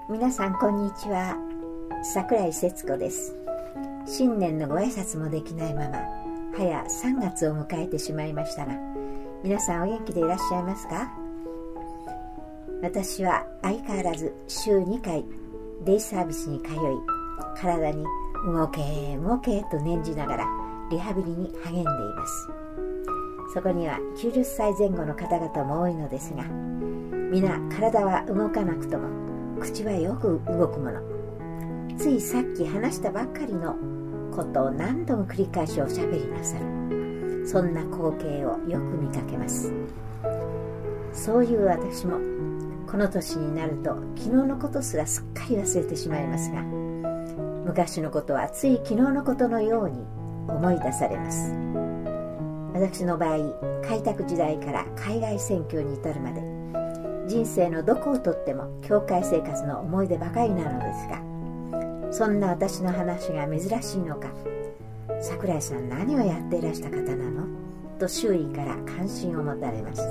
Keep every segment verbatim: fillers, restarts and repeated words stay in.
皆さんこんにちは。桜井節子です。新年のご挨拶もできないまま早さんがつを迎えてしまいましたが、皆さんお元気でいらっしゃいますか？私は相変わらず週にかいデイサービスに通い、体に動け動けと念じながらリハビリに励んでいます。そこにはきゅうじゅっさいぜん後の方々も多いのですが、皆体は動かなくとも口はよく動くもの。ついさっき話したばっかりのことを何度も繰り返しおしゃべりなさる、そんな光景をよく見かけます。そういう私もこの年になると昨日のことすらすっかり忘れてしまいますが、昔のことはつい昨日のことのように思い出されます。私の場合、開拓時代から海外宣教に至るまで、人生のどこをとっても教会生活の思い出ばかりなのですが、そんな私の話が珍しいのか、桜井さん何をやっていらした方なのと周囲から関心を持たれます。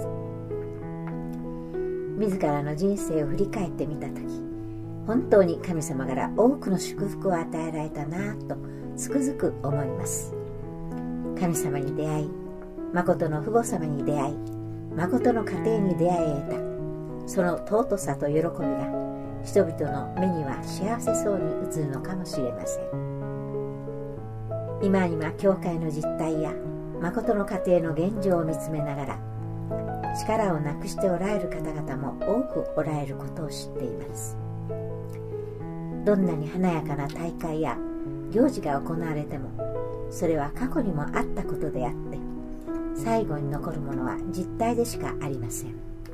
自らの人生を振り返ってみたとき、本当に神様から多くの祝福を与えられたなぁとつくづく思います。神様に出会い、誠の父母様に出会い、誠の家庭に出会えたその尊さと喜びが人々の目には幸せそうに映るのかもしれません。今今教会の実態や誠の家庭の現状を見つめながら、力をなくしておられる方々も多くおられることを知っています。どんなに華やかな大会や行事が行われても、それは過去にもあったことであって、最後に残るものは実態でしかありません。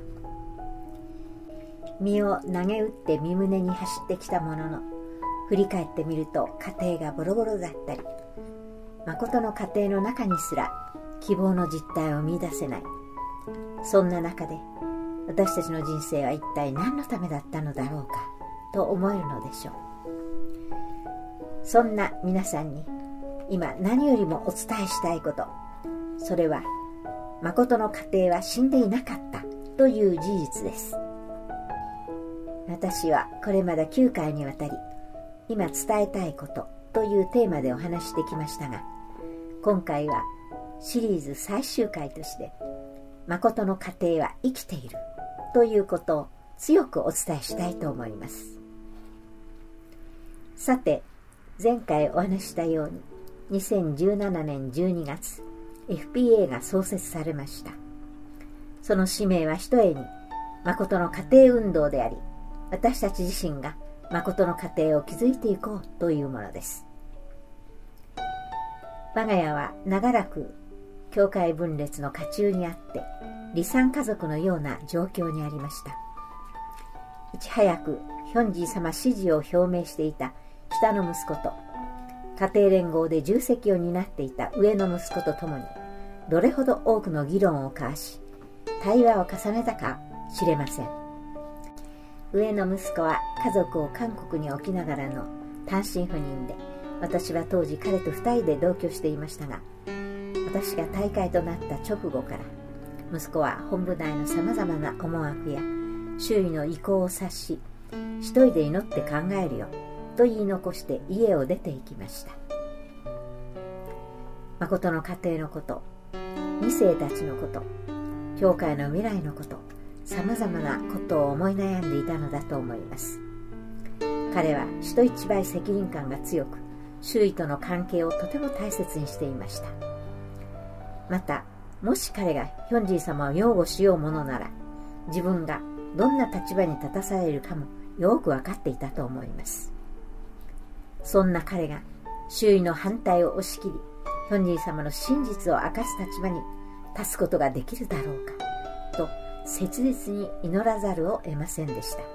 身を投げ打って身胸に走ってきたものの、振り返ってみると家庭がボロボロだったり、誠の家庭の中にすら希望の実態を見出せない。そんな中で私たちの人生は一体何のためだったのだろうかと思えるのでしょう。そんな皆さんに今何よりもお伝えしたいこと、それは誠の家庭は死んでいなかったという事実です。私はこれまできゅうかいにわたり、今伝えたいことというテーマでお話してきましたが、今回はシリーズ最終回として、誠の家庭は生きているということを強くお伝えしたいと思います。さて、前回お話ししたように、にせんじゅうななねんじゅうにがつ、エフピーエー が創設されました。その使命はひとえに、誠の家庭運動であり、私たち自身が誠の家庭を築いていこうというものです。我が家は長らく教会分裂の渦中にあって、離散家族のような状況にありました。いち早くヒョンジー様支持を表明していた下の息子と、家庭連合で重責を担っていた上の息子と共に、どれほど多くの議論を交わし、対話を重ねたか知れません。上の息子は家族を韓国に置きながらの単身赴任で、私は当時彼と二人で同居していましたが、私が大会となった直後から息子は本部内のさまざまな思惑や周囲の意向を察し、一人で祈って考えるよと言い残して家を出て行きました。誠の家庭のこと、二世たちのこと、教会の未来のこと、さまざまなことを思い悩んでいたのだと思います。彼は人一倍責任感が強く、周囲との関係をとても大切にしていました。また、もし彼がヒョンジー様を擁護しようものなら、自分がどんな立場に立たされるかもよく分かっていたと思います。そんな彼が周囲の反対を押し切り、ヒョンジー様の真実を明かす立場に立つことができるだろうかと切実に祈らざるを得ませんでした。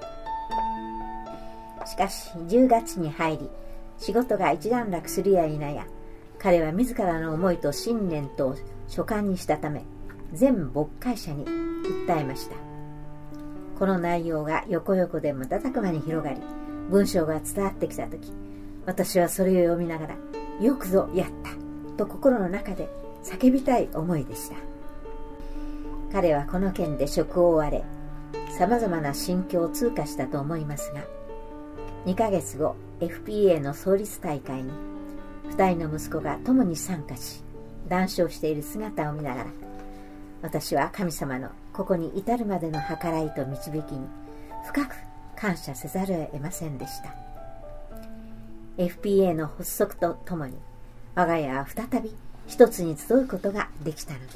しかしじゅうがつに入り、仕事が一段落するや否や、彼は自らの思いと信念と所感にしたため、全牧会者に訴えました。この内容が横横で瞬く間に広がり、文章が伝わってきたとき、私はそれを読みながら、よくぞやったと心の中で叫びたい思いでした。彼はこの件で職を追われ、さまざまな心境を通過したと思いますが、 にかげつご、エフピーエー の創立大会にふたりの息子が共に参加し、談笑している姿を見ながら、私は神様のここに至るまでの計らいと導きに深く感謝せざるを得ませんでした。エフピーエー の発足とともに、我が家は再び一つに集うことができたのです。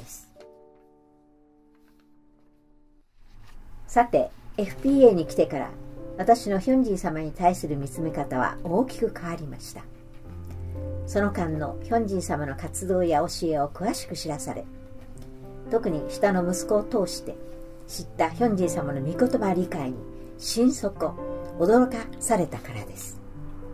さて、エフピーエー に来てから、私のヒョンジー様に対する見つめ方は大きく変わりました。その間のヒョンジー様の活動や教えを詳しく知らされ、特に下の息子を通して知ったヒョンジー様の御言葉理解に心底驚かされたからです。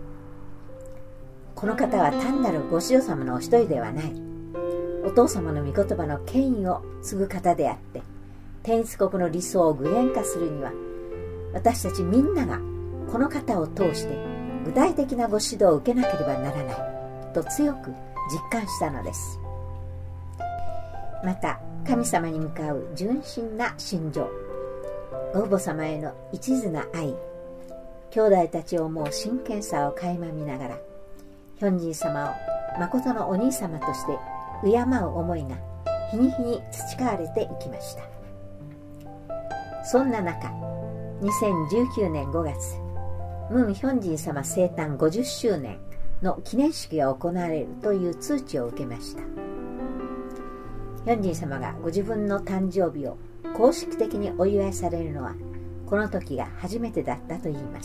この方は単なるご子女様のお一人ではない、お父様の御言葉の権威を継ぐ方であって、天一国の理想を具現化するには、私たちみんながこの方を通して具体的なご指導を受けなければならないと強く実感したのです。また神様に向かう純真な心情、ご父母様への一途な愛、兄弟たちを思う真剣さを垣間見ながら、ヒョンジー様を誠のお兄様として敬う思いが日に日に培われていきました。そんな中、にせんじゅうきゅうねんごがつ、ムン・ヒョンジン様生誕ごじゅっしゅうねんの記念式が行われるという通知を受けました。ヒョンジン様がご自分の誕生日を公式的にお祝いされるのは、この時が初めてだったといいます。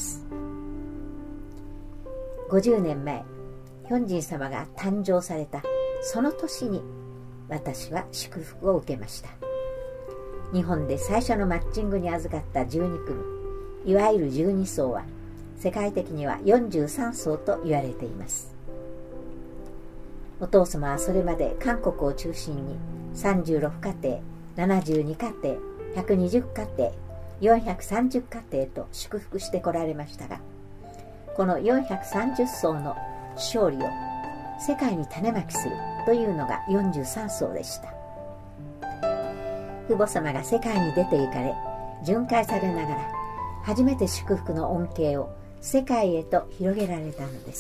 ごじゅうねんまえ、ヒョンジン様が誕生されたその年に、私は祝福を受けました。日本で最初のマッチングに預かったじゅうにくみ、いわゆるじゅうにそうは世界的にはよんじゅうさんそうと言われています。お父様はそれまで韓国を中心にさんじゅうろくかてい、ななじゅうにかてい、ひゃくにじゅっかてい、よんひゃくさんじゅっかていと祝福してこられましたが、このよんひゃくさんじゅっそうの勝利を世界に種まきするというのがよんじゅうさんそうでした。父母様が世界に出て行かれ、巡回されながら、初めて祝福の恩恵を世界へと広げられたのです。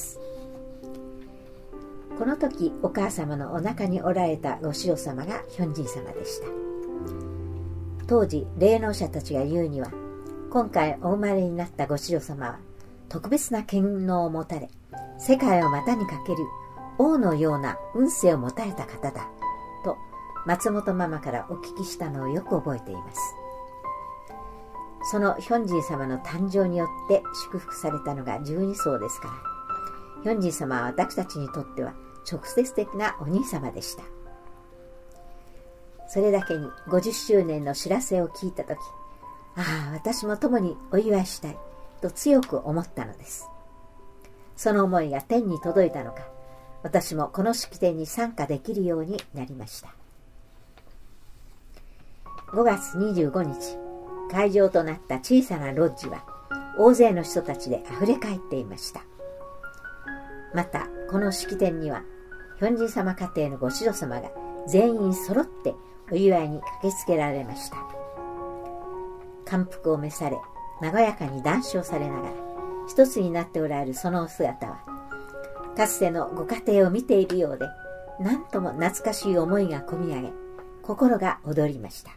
この時、お母様のお腹におられたご子女様がヒョンジン様でした。当時、霊能者たちが言うには、今回お生まれになったご子女様は、特別な権能を持たれ、世界を股にかける王のような運勢を持たれた方だ、と松本ママからお聞きしたのをよく覚えています。そのヒョンジン様の誕生によって祝福されたのがじゅうにそうですから、ヒョンジン様は私たちにとっては直接的なお兄様でした。それだけにごじゅっしゅうねんの知らせを聞いたとき、ああ、私も共にお祝いしたいと強く思ったのです。その思いが天に届いたのか、私もこの式典に参加できるようになりました。ごがつにじゅうごにち、会場となった小さなロッジは大勢の人たちであふれかえっていました。またこの式典にはヒョンジン様家庭のご子女様が全員揃ってお祝いに駆けつけられました。感服を召され、和やかに談笑されながら一つになっておられるそのお姿は、かつてのご家庭を見ているようで、なんとも懐かしい思いがこみ上げ、心が躍りました。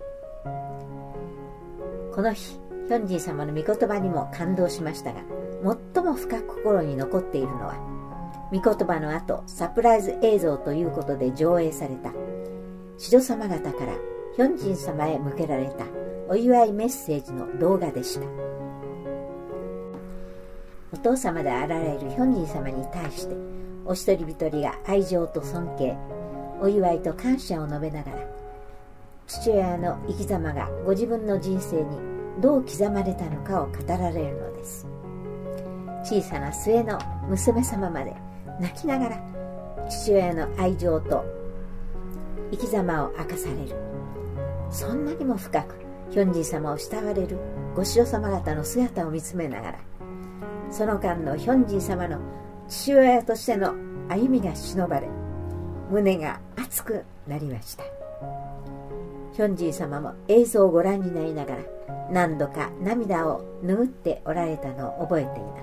この日、ヒョンジン様の御言葉にも感動しましたが、最も深く心に残っているのは、御言葉の後、サプライズ映像ということで上映された、子女様方からヒョンジン様へ向けられたお祝いメッセージの動画でした。お父様であられるヒョンジン様に対して、お一人一人が愛情と尊敬、お祝いと感謝を述べながら、父親の生き様がご自分の人生にどう刻まれたのかを語られるのです。小さな末の娘様まで泣きながら父親の愛情と生き様を明かされる。そんなにも深くヒョンジン様を慕われるご子女様方の姿を見つめながら、その間のヒョンジン様の父親としての歩みが忍ばれ、胸が熱くなりました。 ヒョンジー様も映像をご覧になりながら何度か涙を拭っておられたのを覚えています。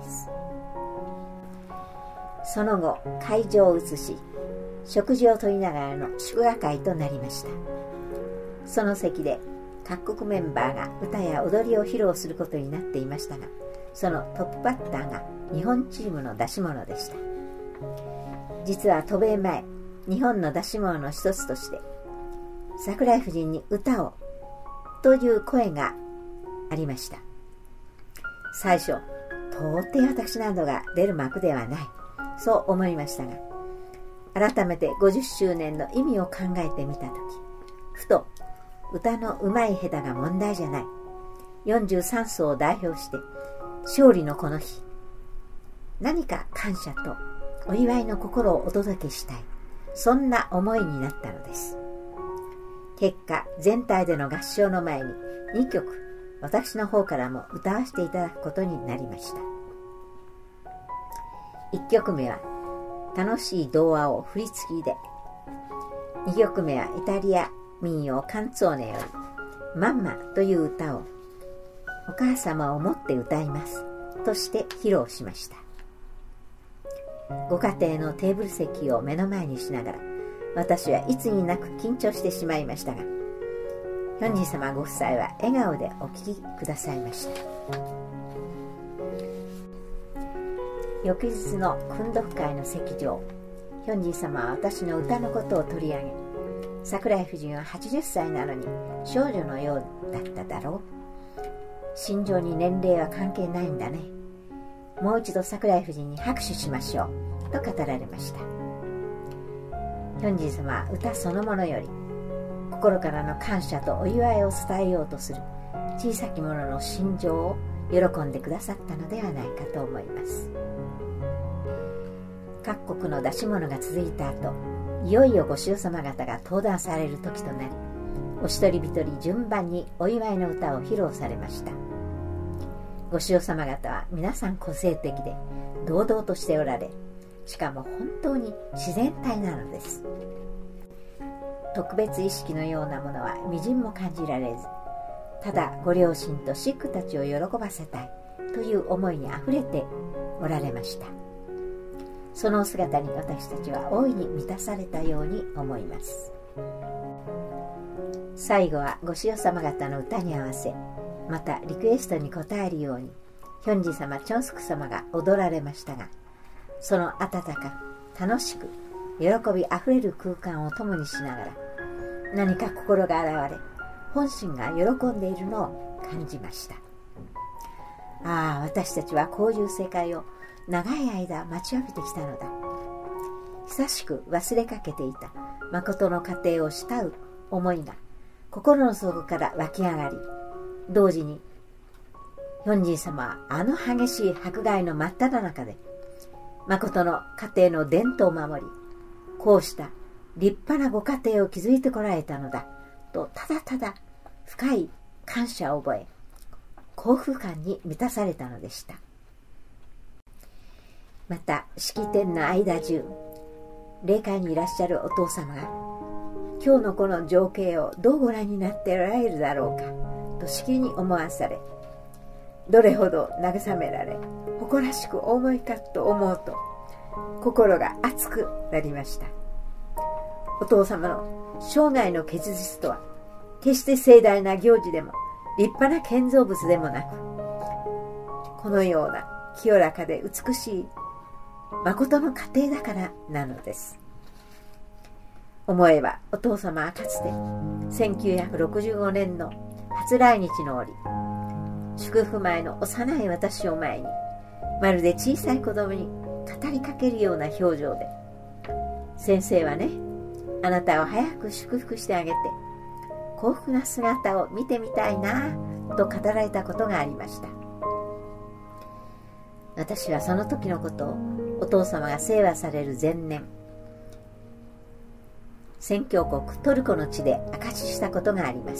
その後会場を移し、食事をとりながらの祝賀会となりました。その席で各国メンバーが歌や踊りを披露することになっていましたが、そのトップバッターが日本チームの出し物でした。実は渡米前、日本の出し物の一つとして桜井夫人に歌をという声がありました。最初、到底私などが出る幕ではない、そう思いましたが、改めてごじゅっしゅうねんの意味を考えてみたとき、ふと歌のうまい下手が問題じゃない、よんじゅうさんそうを代表して勝利のこの日、何か感謝とお祝いの心をお届けしたい、そんな思いになったのです。結果、全体での合唱の前ににきょく私の方からも歌わせていただくことになりました。いっきょくめは楽しい童話を振り付きで、にきょくめはイタリア民謡カンツォーネよりマンマという歌をお母様を思って歌いますとして披露しました。ご家庭のテーブル席を目の前にしながら、私はいつになく緊張してしまいましたが、ヒョンジー様ご夫妻は笑顔でお聞きくださいました。翌日の訓読会の席上、ヒョンジー様は私の歌のことを取り上げ、桜井夫人ははちじゅっさいなのに少女のようだっただろう。心情に年齢は関係ないんだね。もう一度桜井夫人に拍手しましょうと語られました。ヒョンジー様は歌そのものより心からの感謝とお祝いを伝えようとする小さき者の心情を喜んでくださったのではないかと思います。各国の出し物が続いた後、いよいよご主様方が登壇される時となり、お一人一人順番にお祝いの歌を披露されました。ご主様方は皆さん個性的で堂々としておられ、しかも本当に自然体なのです。特別意識のようなものはみじんも感じられず、ただご両親とシックたちを喜ばせたいという思いにあふれておられました。その姿に私たちは大いに満たされたように思います。最後はご主様方の歌に合わせ、またリクエストに応えるようにヒョンジ様、チョンスク様が踊られましたが、その温か楽しく喜びあふれる空間を共にしながら、何か心が洗われ、本心が喜んでいるのを感じました。ああ、私たちはこういう世界を長い間待ちわびてきたのだ。久しく忘れかけていた誠の家庭を慕う思いが心の底から湧き上がり、同時にヒョンジー様はあの激しい迫害の真っ只中で誠の家庭の伝統を守り、こうした立派なご家庭を築いてこられたのだと、ただただ深い感謝を覚え、幸福感に満たされたのでした。また式典の間中、霊界にいらっしゃるお父様が今日のこの情景をどうご覧になっておられるだろうかとしきりに思わされ、どれほど慰められ誇らしく思いかと思うと心が熱くなりました。お父様の生涯の結実とは決して盛大な行事でも立派な建造物でもなく、このような清らかで美しい誠の家庭だからなのです。思えばお父様はかつてせんきゅうひゃくろくじゅうごねんの初来日の折、祝福前の幼い私を前にまるで小さい子供に語りかけるような表情で、先生はね、あなたを早く祝福してあげて幸福な姿を見てみたいなと語られたことがありました。私はその時のことをお父様が聖和される前年、宣教国トルコの地で証ししたことがあります。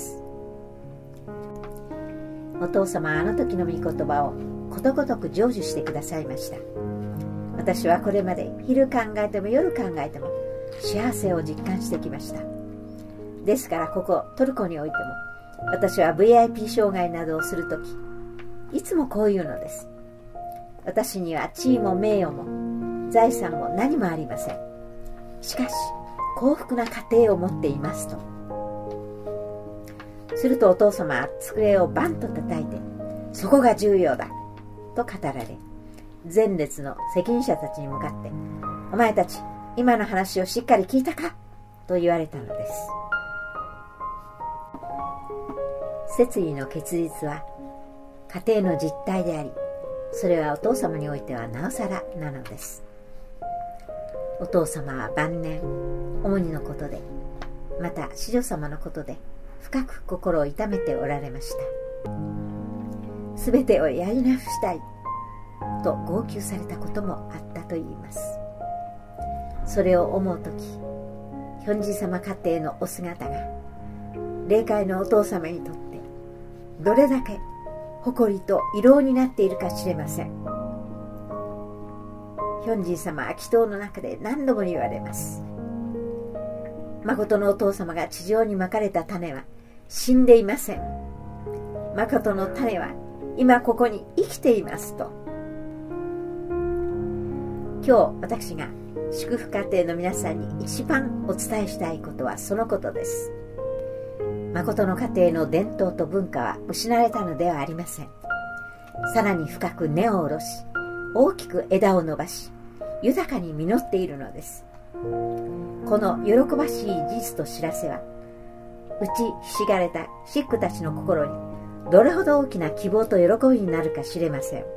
お父様はあの時の御言葉をことごとく成就してくださいました。私はこれまで昼考えても夜考えても幸せを実感してきました。 ですからここトルコにおいても、私は ブイアイピー 障害などをするとき、いつもこう言うのです。私には地位も名誉も財産も何もありません。しかし幸福な家庭を持っていますと。するとお父様は机をバンと叩いて、そこが重要だと語られ、前列の責任者たちに向かって、お前たち今の話をしっかり聞いたかと言われたのです。摂理の結実は家庭の実態であり、それはお父様においてはなおさらなのです。お父様は晩年、主にのことで、また子女様のことで深く心を痛めておられました。すべてをやり直したいと号泣されたこともあったといいます。それを思うとき、ヒョンジ様家庭のお姿が霊界のお父様にとってどれだけ誇りと慰労になっているか知れません。ヒョンジ様は祈祷の中で何度も言われます。誠のお父様が地上にまかれた種は死んでいません。誠の種は今ここに生きていますと。今日私が祝福家庭の皆さんに一番お伝えしたいことはそのことです。誠の家庭の伝統と文化は失われたのではありません。さらに深く根を下ろし、大きく枝を伸ばし、豊かに実っているのです。この喜ばしい事実と知らせは、打ちひしがれたシックたちの心にどれほど大きな希望と喜びになるか知れません。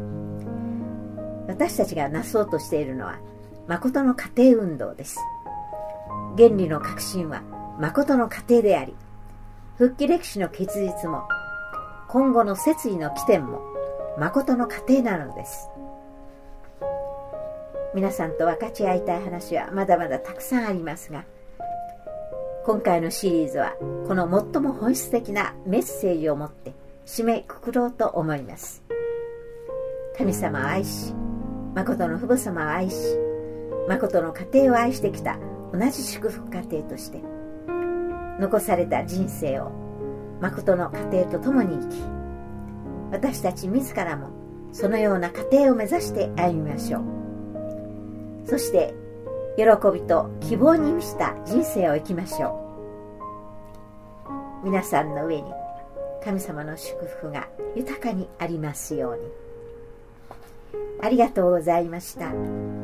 私たちがなそうとしているのは誠の家庭運動です。原理の革新は誠の家庭であり、復帰歴史の結実も今後の摂理の起点も誠の家庭なのです。皆さんと分かち合いたい話はまだまだたくさんありますが、今回のシリーズはこの最も本質的なメッセージを持って締めくくろうと思います。神様を愛し、誠の父母様を愛し、誠の家庭を愛してきた同じ祝福家庭として、残された人生を誠の家庭と共に生き、私たち自らもそのような家庭を目指して歩みましょう。そして喜びと希望に満ちた人生を生きましょう。皆さんの上に神様の祝福が豊かにありますように。ありがとうございました。